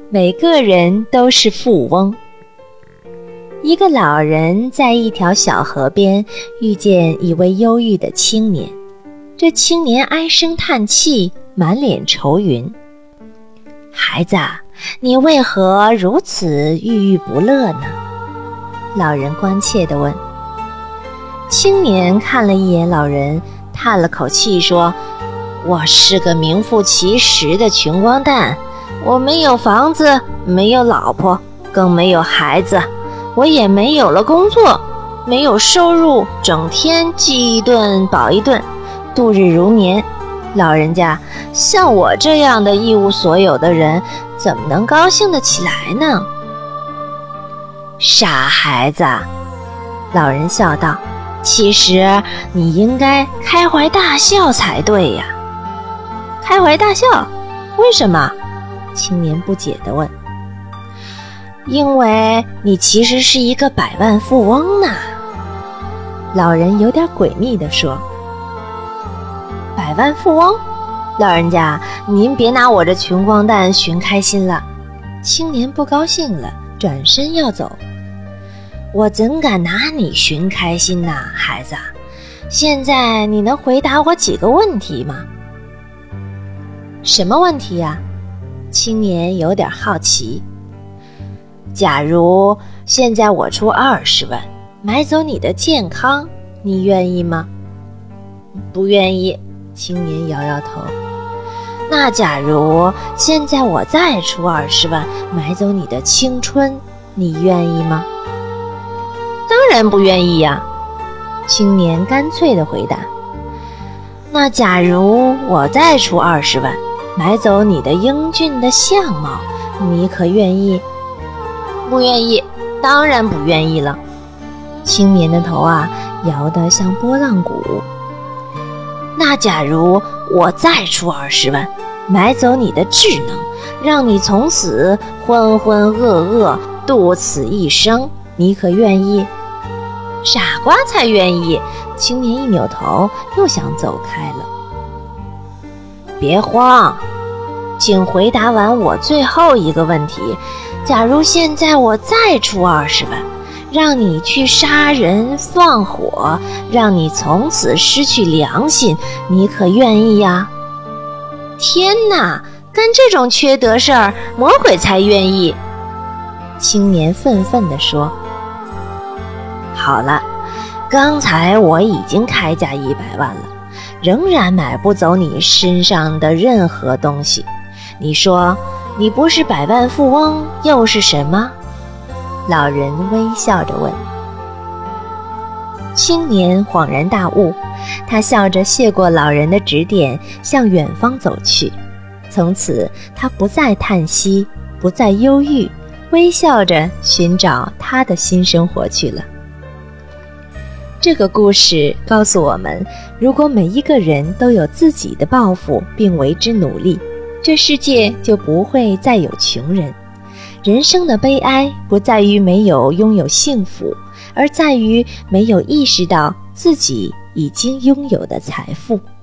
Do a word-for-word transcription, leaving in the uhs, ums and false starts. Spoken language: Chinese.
每个人都是富翁。一个老人在一条小河边遇见一位忧郁的青年，这青年唉声叹气，满脸愁云。孩子，你为何如此郁郁不乐呢？老人关切地问。青年看了一眼老人，叹了口气说，我是个名副其实的穷光蛋，我没有房子，没有老婆，更没有孩子，我也没有了工作，没有收入，整天饥一顿饱一顿，度日如年。老人家，像我这样的一无所有的人，怎么能高兴得起来呢？傻孩子，老人笑道，其实你应该开怀大笑才对呀。开怀大笑？为什么？青年不解地问。因为你其实是一个百万富翁呢。老人有点诡秘地说。百万富翁？老人家，您别拿我这穷光蛋寻开心了。青年不高兴了，转身要走。我怎敢拿你寻开心呢，孩子？现在你能回答我几个问题吗？什么问题呀？青年有点好奇。假如现在我出二十万买走你的健康，你愿意吗？不愿意。青年摇摇头。那假如现在我再出二十万买走你的青春，你愿意吗？当然不愿意呀。青年干脆地回答。那假如我再出二十万买走你的英俊的相貌，你可愿意？不愿意，当然不愿意了。青年的头啊摇得像拨浪鼓。那假如我再出二十万买走你的智能，让你从此浑浑噩噩度此一生，你可愿意？傻瓜才愿意。青年一扭头又想走开了。别慌，请回答完我最后一个问题。假如现在我再出二十万让你去杀人放火，让你从此失去良心，你可愿意呀？天哪，干这种缺德事儿，魔鬼才愿意。青年愤愤地说。好了，刚才我已经开价一百万了，仍然买不走你身上的任何东西。你说，你不是百万富翁，又是什么？老人微笑着问。青年恍然大悟，他笑着谢过老人的指点，向远方走去。从此他不再叹息，不再忧郁，微笑着寻找他的新生活去了。这个故事告诉我们，如果每一个人都有自己的抱负并为之努力，这世界就不会再有穷人。人生的悲哀不在于没有拥有幸福，而在于没有意识到自己已经拥有的财富。